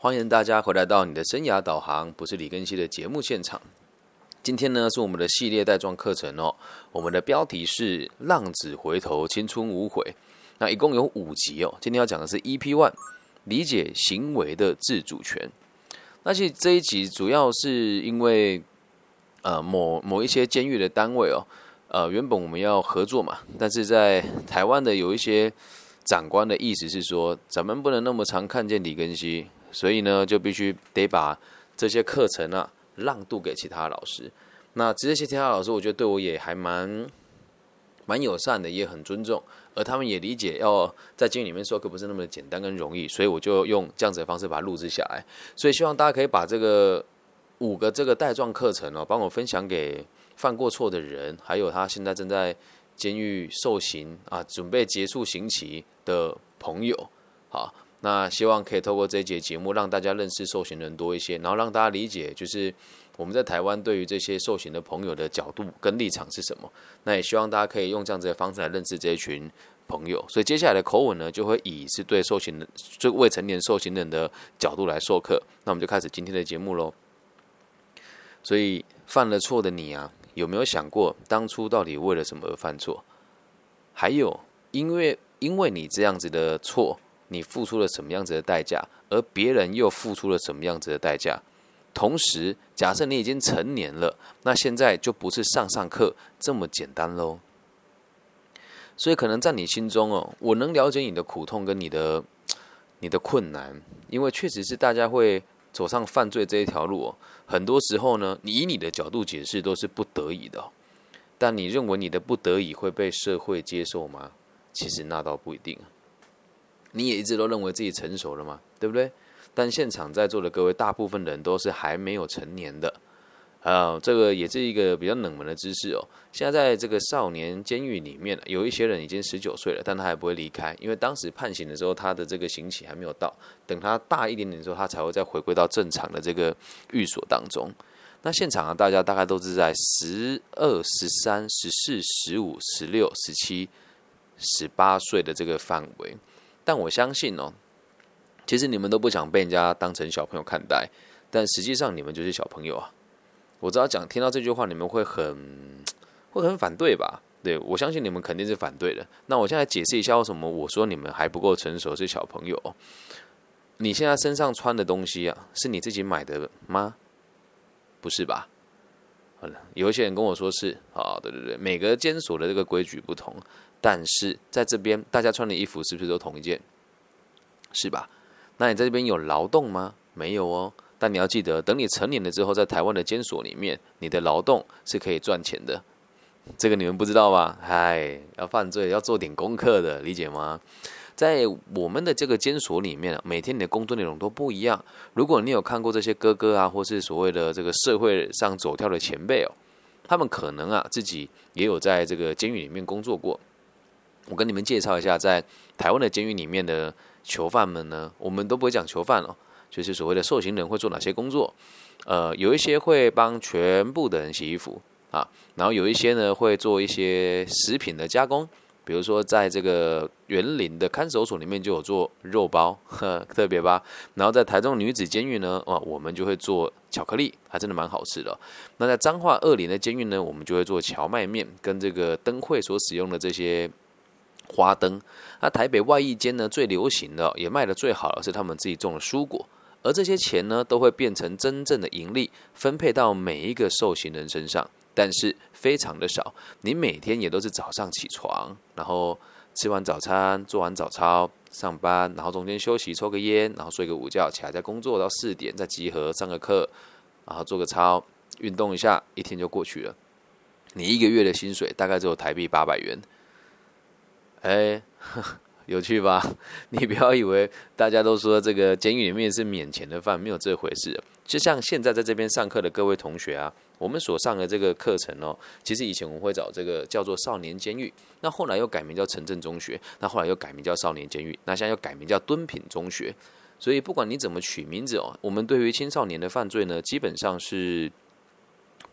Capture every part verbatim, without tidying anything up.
欢迎大家回来到你的生涯导航，不是李根熙的节目现场。今天呢是我们的系列带状课程哦，我们的标题是浪子回头，青春无悔。那一共有五集哦，今天要讲的是 E P 一， 理解行为的自主权。那其实这一集主要是因为呃某某一些监狱的单位哦，呃原本我们要合作嘛，但是在台湾的有一些长官的意思是说，咱们不能那么常看见李根熙，所以呢就必须得把这些课程啊让渡给其他老师。那这些其他老师，我觉得对我也还蛮蛮友善的，也很尊重，而他们也理解要在监狱里面授课不是那么的简单跟容易，所以我就用这样子的方式把它录制下来。所以希望大家可以把这个五个这个带状课程哦，帮我分享给犯过错的人，还有他现在正在监狱受刑啊，准备结束刑期的朋友。好，那希望可以透过这一节节目，让大家认识受刑人多一些，然后让大家理解，就是我们在台湾对于这些受刑的朋友的角度跟立场是什么。那也希望大家可以用这样子的方式来认识这一群朋友。所以接下来的口吻呢，就会以是对受刑人、对未成年受刑人的角度来授课。那我们就开始今天的节目喽。所以犯了错的你啊，有没有想过当初到底为了什么而犯错？还有，因为因为你这样子的错，你付出了什么样子的代价，而别人又付出了什么样子的代价？同时，假设你已经成年了，那现在就不是上上课这么简单喽。所以，可能在你心中哦，我能了解你的苦痛跟你的你的困难，因为确实是大家会走上犯罪这一条路哦。很多时候呢，你以你的角度解释都是不得已的哦，但你认为你的不得已会被社会接受吗？其实那倒不一定。你也一直都认为自己成熟了嘛，对不对？但现场在座的各位，大部分人都是还没有成年的，呃，这个也是一个比较冷门的知识哦。现在在这个少年监狱里面，有一些人已经十九岁了，但他还不会离开，因为当时判刑的时候，他的这个刑期还没有到，等他大一点点的时候，他才会再回归到正常的这个寓所当中。那现场啊，大家大概都是在十二、十三、十四、十五、十六、十七、十八岁的这个范围。但我相信哦，其实你们都不想被人家当成小朋友看待，但实际上你们就是小朋友啊。我知道讲听到这句话，你们会很会很反对吧？对，我相信你们肯定是反对的。那我现在解释一下为什么我说你们还不够成熟，是小朋友哦。你现在身上穿的东西啊，是你自己买的吗？不是吧？好了，有一些人跟我说是啊，对对对，每个监所的这个规矩不同。但是在这边，大家穿的衣服是不是都同一件？是吧？那你在这边有劳动吗？没有哦。但你要记得，等你成年了之后，在台湾的监所里面，你的劳动是可以赚钱的。这个你们不知道吧？嗨，要犯罪要做点功课的，理解吗？在我们的这个监所里面，每天你的工作内容都不一样。如果你有看过这些哥哥啊，或是所谓的这个社会上走跳的前辈哦，他们可能啊自己也有在这个监狱里面工作过。我跟你们介绍一下，在台湾的监狱里面的囚犯们呢，我们都不会讲囚犯哦，就是所谓的受刑人会做哪些工作。呃，有一些会帮全部的人洗衣服啊，然后有一些呢会做一些食品的加工，比如说在这个园林的看守所里面就有做肉包，呵，特别吧。然后在台中女子监狱呢，哇，我们就会做巧克力，还真的蛮好吃的哦。那在彰化二林的监狱呢，我们就会做荞麦面跟这个灯会所使用的这些花灯。那台北外役监呢，最流行的也卖的最好的是他们自己种的蔬果，而这些钱呢，都会变成真正的盈利，分配到每一个受刑人身上，但是非常的少。你每天也都是早上起床，然后吃完早餐，做完早操，上班，然后中间休息，抽个烟，然后睡个午觉，起来再工作到四点，再集合上个课，然后做个操，运动一下，一天就过去了。你一个月的薪水大概只有台币八百元。哎，有趣吧？你不要以为大家都说这个监狱里面是免钱的饭，没有这回事。就像现在在这边上课的各位同学啊，我们所上的这个课程哦，其实以前我们会找这个叫做少年监狱，那后来又改名叫城镇中学，那后来又改名叫少年监狱，那现在又改名叫敦品中学。所以不管你怎么取名字哦，我们对于青少年的犯罪呢，基本上是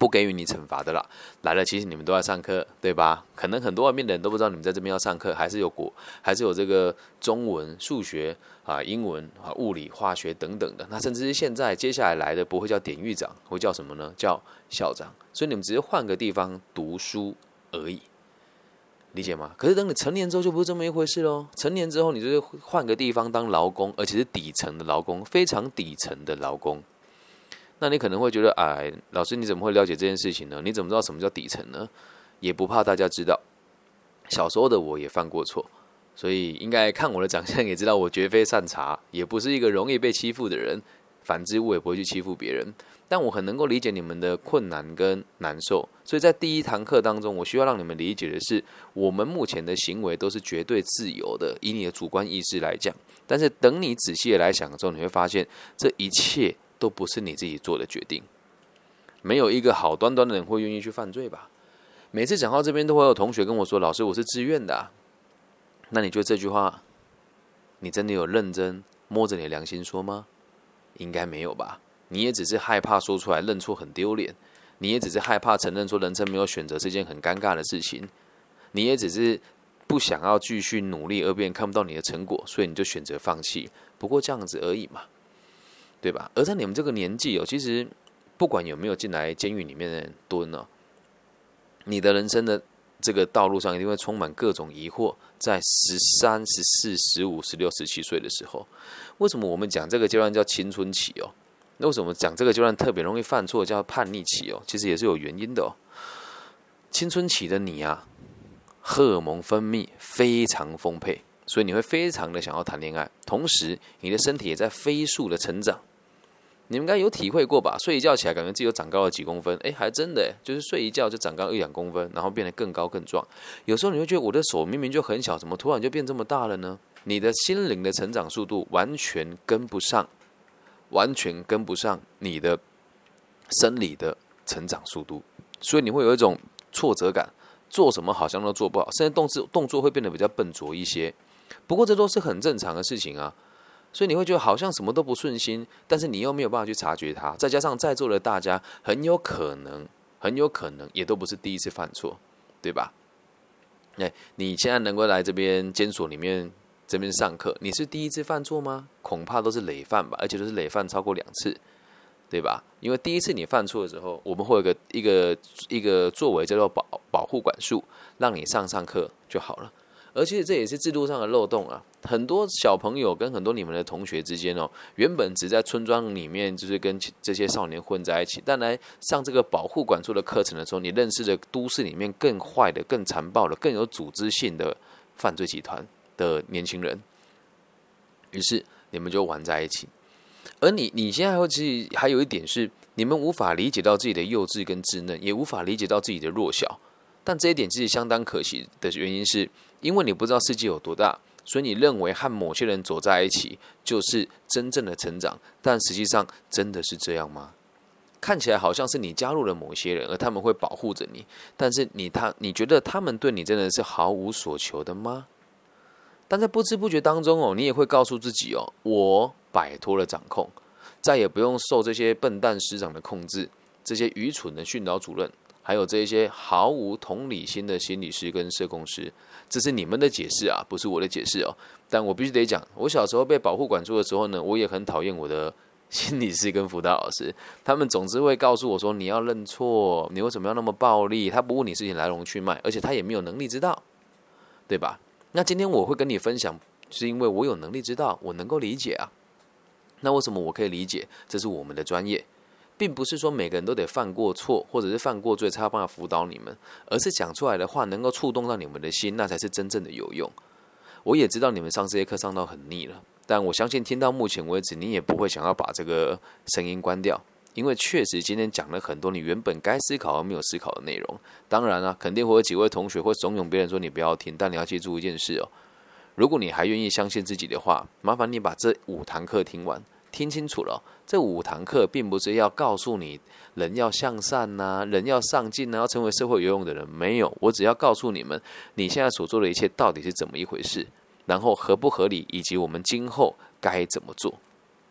不给予你惩罚的啦。来了，其实你们都在上课，对吧？可能很多外面的人都不知道你们在这边要上课，还是有国，还是有这个中文、数学啊、英文啊、物理、化学等等的。那甚至是现在接下来来的不会叫典狱长，会叫什么呢？叫校长。所以你们只是换个地方读书而已。理解吗？可是等你成年之后就不是这么一回事喽。成年之后，你就是换个地方当劳工，而且是底层的劳工，非常底层的劳工。那你可能会觉得，哎，老师你怎么会了解这件事情呢？你怎么知道什么叫底层呢？也不怕大家知道，小时候的我也犯过错，所以应该看我的长相也知道我绝非善茬，也不是一个容易被欺负的人。反之，我也不会去欺负别人。但我很能够理解你们的困难跟难受，所以在第一堂课当中，我需要让你们理解的是，我们目前的行为都是绝对自由的，以你的主观意识来讲。但是等你仔细的来想之后，你会发现这一切都不是你自己做的决定。没有一个好端端的人会愿意去犯罪吧？每次讲到这边，都会有同学跟我说：“老师，我是自愿的啊。”那你觉得这句话，你真的有认真摸着你的良心说吗？应该没有吧？你也只是害怕说出来认错很丢脸，你也只是害怕承认说人生没有选择是件很尴尬的事情，你也只是不想要继续努力而别人看不到你的成果，所以你就选择放弃。不过这样子而已嘛，对吧？而在你们这个年纪哦，其实不管有没有进来监狱里面的人蹲哦，你的人生的这个道路上一定会充满各种疑惑。在十三、十四、十五、十六、十七岁的时候，为什么我们讲这个阶段叫青春期哦？那为什么讲这个阶段特别容易犯错，叫叛逆期哦？其实也是有原因的哦。青春期的你啊，荷尔蒙分泌非常丰沛，所以你会非常的想要谈恋爱，同时你的身体也在飞速的成长。你们应该有体会过吧？睡一觉起来，感觉自己又长高了几公分，哎，还真的，就是睡一觉就长高一两公分，然后变得更高更壮。有时候你会觉得我的手明明就很小，怎么突然就变这么大了呢？你的心灵的成长速度完全跟不上，完全跟不上你的生理的成长速度，所以你会有一种挫折感，做什么好像都做不好，甚至动作动作会变得比较笨拙一些。不过这都是很正常的事情啊。所以你会觉得好像什么都不顺心，但是你又没有办法去察觉它。再加上在座的大家很有可能，很有可能也都不是第一次犯错，对吧？哎，你现在能够来这边监所里面这边上课，你是第一次犯错吗？恐怕都是累犯吧，而且都是累犯超过两次，对吧？因为第一次你犯错的时候，我们会有一个一个一个作为叫做保保护管束，让你上上课就好了。而且这也是制度上的漏洞啊！很多小朋友跟很多你们的同学之间哦，原本只在村庄里面就是跟这些少年混在一起，但来上这个保护管束的课程的时候，你认识了都市里面更坏的、更残暴的、更有组织性的犯罪集团的年轻人，于是你们就玩在一起。而你你现在会其实还有一点是，你们无法理解到自己的幼稚跟稚嫩，也无法理解到自己的弱小。但这一点其实相当可惜的原因是，因为你不知道世界有多大，所以你认为和某些人走在一起就是真正的成长，但实际上真的是这样吗？看起来好像是你加入了某些人，而他们会保护着你，但是你他你觉得他们对你真的是毫无所求的吗？但在不知不觉当中哦，你也会告诉自己哦，我摆脱了掌控，再也不用受这些笨蛋师长的控制，这些愚蠢的训导主任，还有这一些毫无同理心的心理师跟社工师。这是你们的解释啊，不是我的解释哦。但我必须得讲，我小时候被保护管束的时候呢，我也很讨厌我的心理师跟辅导老师，他们总是会告诉我说，你要认错，你为什么要那么暴力？他不问你事情来龙去脉，而且他也没有能力知道，对吧？那今天我会跟你分享，是因为我有能力知道，我能够理解啊。那为什么我可以理解？这是我们的专业，并不是说每个人都得犯过错，或者是犯过罪才有办法辅导你们，而是讲出来的话能够触动到你们的心，那才是真正的有用。我也知道你们上这些课上到很腻了，但我相信听到目前为止，你也不会想要把这个声音关掉，因为确实今天讲了很多你原本该思考而没有思考的内容。当然啊，肯定会有几位同学会怂恿别人说你不要听，但你要记住一件事哦，如果你还愿意相信自己的话，麻烦你把这五堂课听完，听清楚了，这五堂课并不是要告诉你人要向善啊，人要上进啊，要成为社会有用的人，没有，我只要告诉你们，你现在所做的一切到底是怎么一回事，然后合不合理，以及我们今后该怎么做。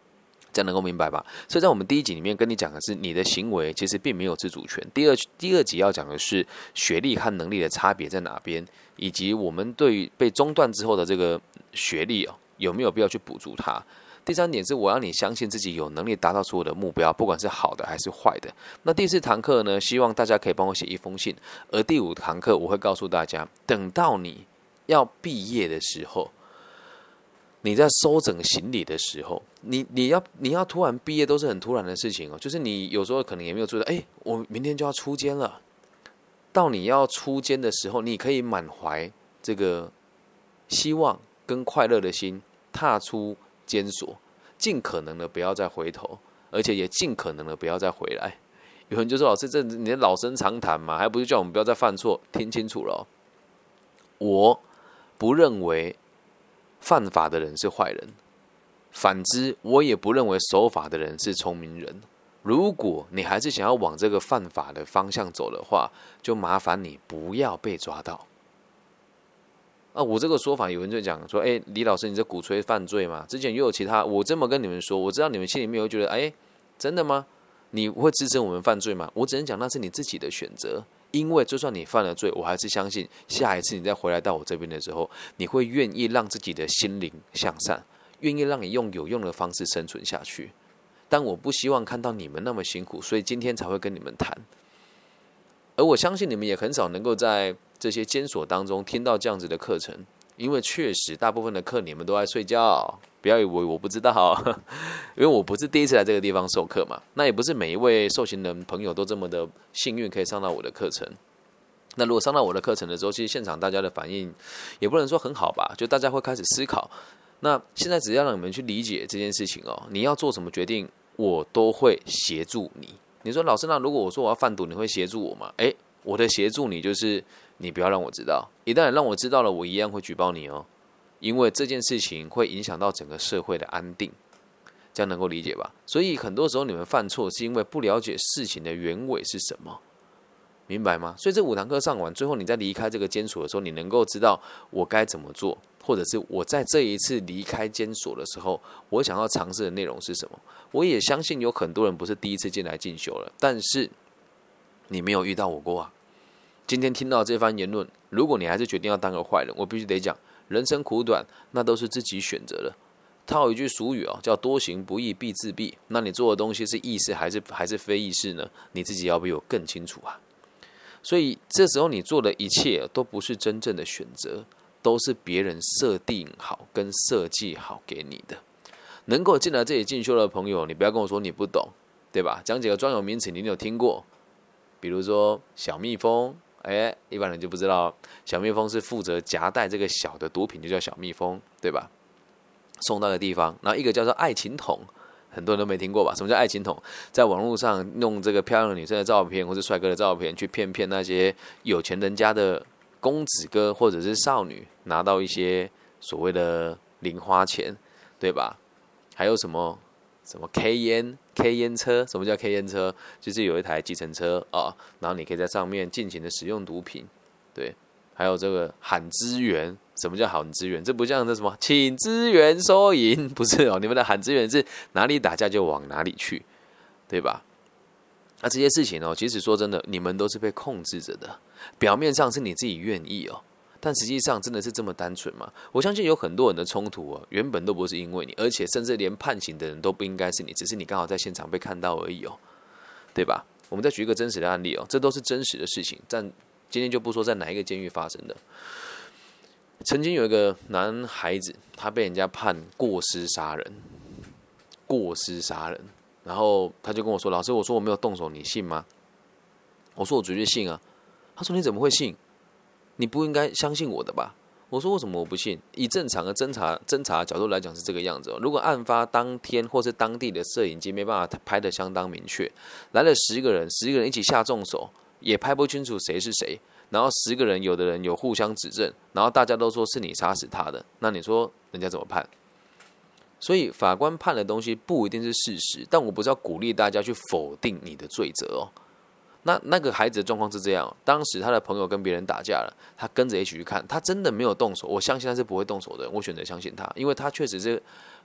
这样能够明白吧？所以在我们第一集里面跟你讲的是，你的行为其实并没有自主权。第二第二集要讲的是学历和能力的差别在哪边，以及我们对于被中断之后的这个学历哦，有没有必要去补足它。第三点是我要你相信自己有能力达到所有的目标，不管是好的还是坏的。那第四堂课呢，希望大家可以帮我写一封信。而第五堂课我会告诉大家，等到你要毕业的时候，你在收整行李的时候，你你要你要突然毕业都是很突然的事情哦，就是你有时候可能也没有注意到，哎，我明天就要出监了。到你要出监的时候，你可以满怀这个希望跟快乐的心踏出监所，尽可能的不要再回头，而且也尽可能的不要再回来。有人就说：“老师，这你的老生常谈嘛，还不是叫我们不要再犯错？”听清楚了哦，我不认为犯法的人是坏人，反之，我也不认为守法的人是聪明人。如果你还是想要往这个犯法的方向走的话，就麻烦你不要被抓到。啊，我这个说法有人就讲说，哎，李老师，你这鼓吹犯罪嘛？之前又有其他，我这么跟你们说，我知道你们心里面会觉得，哎，真的吗？你会支持我们犯罪吗？我只能讲那是你自己的选择，因为就算你犯了罪，我还是相信下一次你再回来到我这边的时候，你会愿意让自己的心灵向善，愿意让你用有用的方式生存下去。但我不希望看到你们那么辛苦，所以今天才会跟你们谈。而我相信你们也很少能够在这些监所当中听到这样子的课程，因为确实大部分的课你们都在睡觉。不要以为我不知道，因为我不是第一次来这个地方授课嘛，那也不是每一位受刑人朋友都这么的幸运可以上到我的课程。那如果上到我的课程的时候，其实现场大家的反应也不能说很好吧，就大家会开始思考。那现在只要让你们去理解这件事情哦，你要做什么决定，我都会协助你。你说老师，那如果我说我要贩毒，你会协助我吗？诶，我的协助你就是你不要让我知道，一旦让我知道了，我一样会举报你哦。因为这件事情会影响到整个社会的安定，这样能够理解吧？所以很多时候你们犯错是因为不了解事情的原委是什么，明白吗？所以这五堂课上完，最后你在离开这个监所的时候，你能够知道我该怎么做，或者是我在这一次离开监所的时候，我想要尝试的内容是什么。我也相信有很多人不是第一次进来进修了，但是你没有遇到我过啊。今天听到这番言论，如果你还是决定要当个坏人，我必须得讲。人生苦短，那都是自己选择的。套一句俗语哦，叫多行不义必自毙。那你做的东西是义事还是还是非义事呢？你自己要比我更清楚啊。所以这时候你做的一切都不是真正的选择，都是别人设定好跟设计好给你的。能够进来这里进修的朋友，你不要跟我说你不懂，对吧？讲几个专有名词，你有听过？比如说小蜜蜂。哎，一般人就不知道，小蜜蜂是负责夹带这个小的毒品，就叫小蜜蜂，对吧？送到的地方，然后一个叫做爱情桶，很多人都没听过吧？什么叫爱情桶？在网络上用这个漂亮的女生的照片或是帅哥的照片，去骗骗那些有钱人家的公子哥或者是少女，拿到一些所谓的零花钱，对吧？还有什么？什么 K 烟 K 烟车？什么叫 K 烟车？就是有一台计程车啊，然后你可以在上面尽情的使用毒品，对。还有这个喊支援，什么叫喊支援？这不像这什么请支援收银，不是哦，你们的喊支援是哪里打架就往哪里去，对吧？那这些事情哦，其实说真的，你们都是被控制着的，表面上是你自己愿意哦。但实际上真的是这么单纯吗？我相信有很多人的冲突啊，原本都不是因为你，而且甚至连判刑的人都不应该是你，只是你刚好在现场被看到而已哦，对吧？我们再举一个真实的案例哦，这都是真实的事情，但今天就不说在哪一个监狱发生的。曾经有一个男孩子，他被人家判过失杀人，过失杀人，然后他就跟我说：“老师，我说我没有动手，你信吗？”我说：“我绝对信啊。”他说：“你怎么会信？你不应该相信我的吧？”我说：“为什么我不信？以正常的侦查侦查角度来讲是这个样子哦。如果案发当天或是当地的摄影机没办法拍得相当明确，来了十个人，十个人一起下重手，也拍不清楚谁是谁，然后十个人有的人有互相指证，然后大家都说是你杀死他的，那你说人家怎么判？所以法官判的东西不一定是事实，但我不是要鼓励大家去否定你的罪责哦。”那那个孩子的状况是这样，当时他的朋友跟别人打架了，他跟着一起去看，他真的没有动手，我相信他是不会动手的，我选择相信他，因为他确实是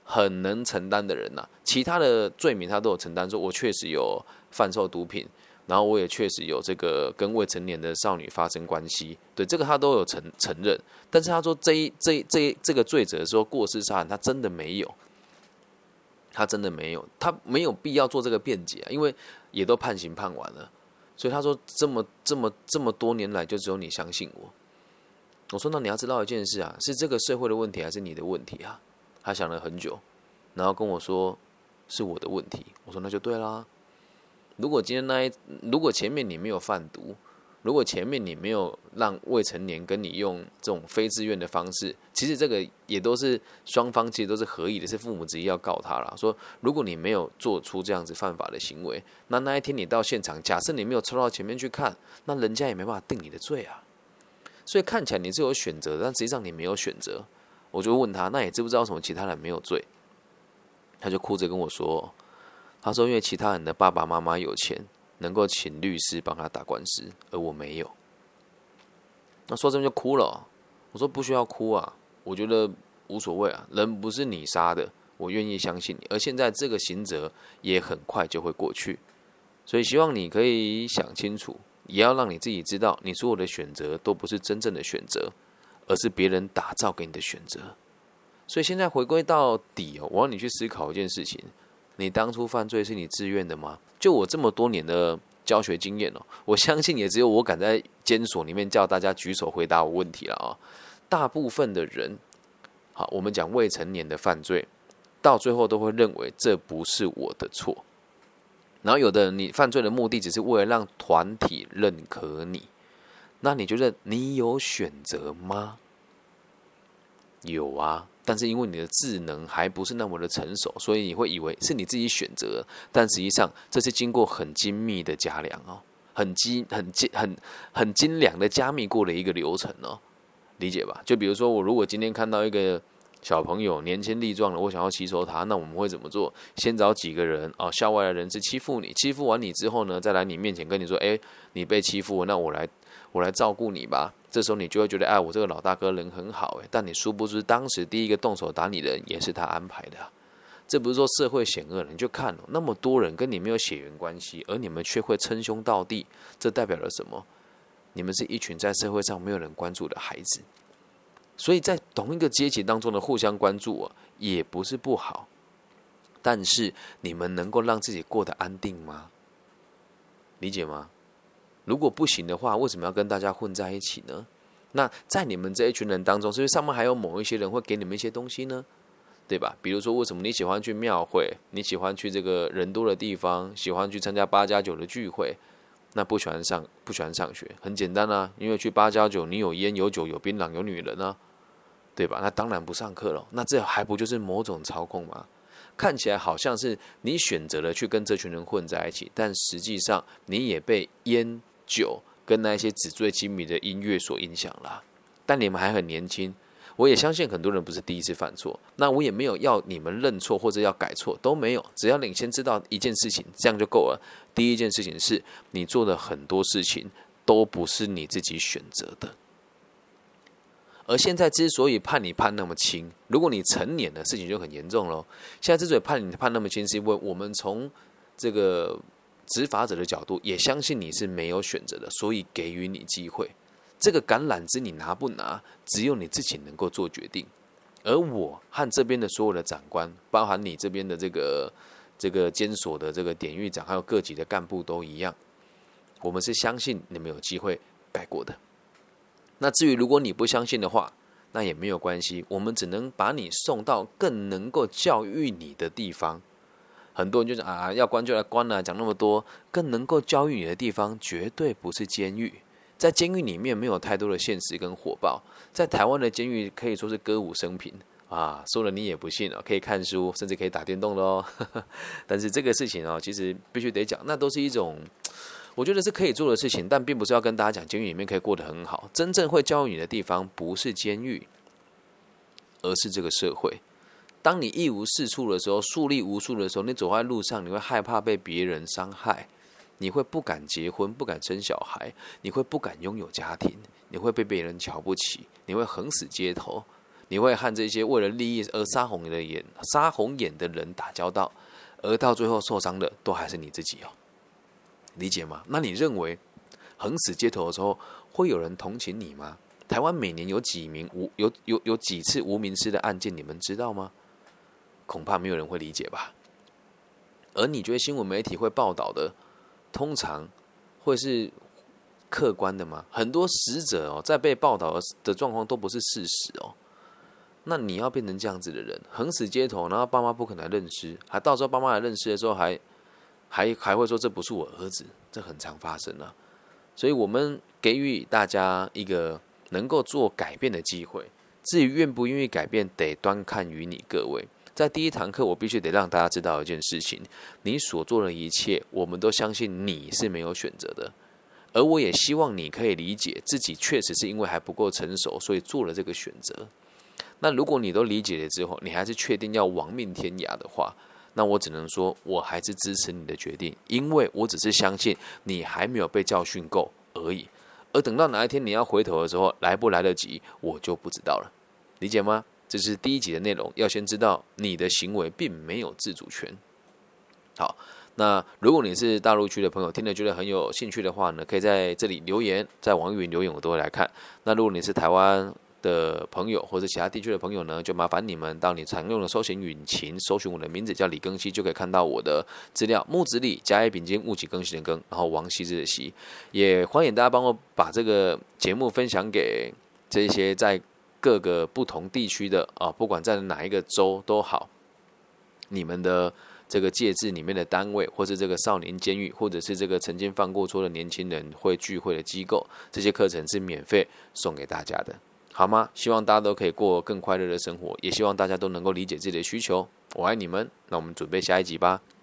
很能承担的人呐、啊。其他的罪名他都有承担，说我确实有贩售毒品，然后我也确实有这个跟未成年的少女发生关系，对这个他都有承承认。但是他说这一这一这一这个罪责说过失杀人，他真的没有，他真的没有，他没有必要做这个辩解啊，因为也都判刑判完了。所以他说这么这么这么多年来，就只有你相信我。我说那你要知道一件事啊，是这个社会的问题还是你的问题啊？他想了很久，然后跟我说是我的问题。我说那就对啦。如果今天那一，如果前面你没有贩毒，如果前面你没有让未成年跟你用这种非自愿的方式，其实这个也都是双方其实都是合意的，是父母执意要告他啦。说如果你没有做出这样子犯法的行为，那那一天你到现场，假设你没有抽到前面去看，那人家也没办法定你的罪啊。所以看起来你是有选择的，但实际上你没有选择。我就问他，那你知不知道为什么其他人没有罪？他就哭着跟我说，他说因为其他人的爸爸妈妈有钱，能够请律师帮他打官司，而我没有。那说这边就哭了。我说不需要哭啊，我觉得无所谓啊，人不是你杀的，我愿意相信你。而现在这个刑责也很快就会过去，所以希望你可以想清楚，也要让你自己知道，你所有的选择都不是真正的选择，而是别人打造给你的选择。所以现在回归到底哦，我要你去思考一件事情：你当初犯罪是你自愿的吗？就我这么多年的教学经验哦，我相信也只有我敢在监所里面叫大家举手回答我问题了啊、哦。大部分的人，好，我们讲未成年的犯罪，到最后都会认为这不是我的错。然后有的人，你犯罪的目的只是为了让团体认可你，那你觉得你有选择吗？有啊，但是因为你的智能还不是那么的成熟，所以你会以为是你自己选择，但实际上这是经过很精密的加量哦，很精、很精、很很精良的加密过的一个流程哦，理解吧？就比如说，我如果今天看到一个小朋友年轻力壮的，我想要吸收他，那我们会怎么做？先找几个人哦，校外的人士欺负你，欺负完你之后呢，再来你面前跟你说，哎，你被欺负，那我来我来照顾你吧。这时候你就会觉得，哎，我这个老大哥人很好，哎，但你殊不知，当时第一个动手打你的人也是他安排的、啊。这不是说社会险恶了，你就看、哦、那么多人跟你没有血缘关系，而你们却会称兄道弟，这代表了什么？你们是一群在社会上没有人关注的孩子。所以在同一个阶级当中的互相关注、啊、也不是不好，但是你们能够让自己过得安定吗？理解吗？如果不行的话，为什么要跟大家混在一起呢？那在你们这一群人当中，是不是上面还有某一些人会给你们一些东西呢？对吧？比如说，为什么你喜欢去庙会，你喜欢去这个人多的地方，喜欢去参加八加九的聚会，那不喜欢上不喜欢上学，很简单啊，因为去八加九，你有烟有酒有槟榔有女人啊，对吧？那当然不上课了。那这还不就是某种操控吗？看起来好像是你选择了去跟这群人混在一起，但实际上你也被烟酒跟那些纸醉金迷的音乐所影响了。但你们还很年轻，我也相信很多人不是第一次犯错，那我也没有要你们认错或者要改错，都没有，只要你先知道一件事情，这样就够了。第一件事情是你做的很多事情都不是你自己选择的。而现在之所以判你判那么轻，如果你成年了，事情就很严重了。现在之所以判你判那么轻，是因为我们从这个执法者的角度，也相信你是没有选择的，所以给予你机会。这个橄榄枝你拿不拿，只有你自己能够做决定。而我和这边的所有的长官，包含你这边的这个这个监所的这个典狱长，还有各级的干部都一样，我们是相信你们有机会改过的。那至于如果你不相信的话，那也没有关系，我们只能把你送到更能够教育你的地方。很多人就讲啊，要关就来关啊，讲那么多，更能够教育你的地方绝对不是监狱。在监狱里面没有太多的现实跟火爆，在台湾的监狱可以说是歌舞升平啊，说了你也不信哦，可以看书，甚至可以打电动的哦。但是这个事情哦，其实必须得讲，那都是一种我觉得是可以做的事情，但并不是要跟大家讲监狱里面可以过得很好。真正会教育你的地方不是监狱，而是这个社会。当你一无是处的时候，树立无数的时候，你走在路上，你会害怕被别人伤害，你会不敢结婚，不敢生小孩，你会不敢拥有家庭，你会被别人瞧不起，你会横死街头， 你会和这些为了利益而杀红的眼、杀红眼的人打交道，而到最后受伤的都还是你自己哦，理解吗？那你认为横死街头的时候，会有人同情你吗？台湾每年有几名无有有有几次无名尸的案件，你们知道吗？恐怕没有人会理解吧。而你觉得新闻媒体会报道的，通常会是客观的吗？很多死者哦，在被报道的状况都不是事实哦。那你要变成这样子的人，横死街头，然后爸妈不肯来认尸，还到时候爸妈来认尸的时候还，还还还会说这不是我儿子，这很常发生啊。所以我们给予大家一个能够做改变的机会，至于愿不愿意改变，得端看于你各位。在第一堂课，我必须得让大家知道一件事情：你所做的一切，我们都相信你是没有选择的。而我也希望你可以理解自己确实是因为还不够成熟，所以做了这个选择。那如果你都理解了之后，你还是确定要亡命天涯的话，那我只能说，我还是支持你的决定，因为我只是相信你还没有被教训够而已。而等到哪一天你要回头的时候，来不来得及，我就不知道了，理解吗？这是第一集的内容，要先知道你的行为并没有自主权。好，那如果你是大陆区的朋友，听了觉得很有兴趣的话呢，可以在这里留言，在网易云留言，我都会来看。那如果你是台湾的朋友或者其他地区的朋友呢，就麻烦你们到你常用的搜寻引擎搜寻我的名字叫李庚希，就可以看到我的资料。木子李，甲乙丙丁，戊己庚辛的庚，然后王羲之的羲。也欢迎大家帮我把这个节目分享给这些在各个不同地区的啊，不管在哪一个州都好，你们的这个戒治里面的单位，或是这个少年监狱，或者是这个曾经犯过错的年轻人会聚会的机构，这些课程是免费送给大家的，好吗？希望大家都可以过更快乐的生活，也希望大家都能够理解自己的需求。我爱你们，那我们准备下一集吧。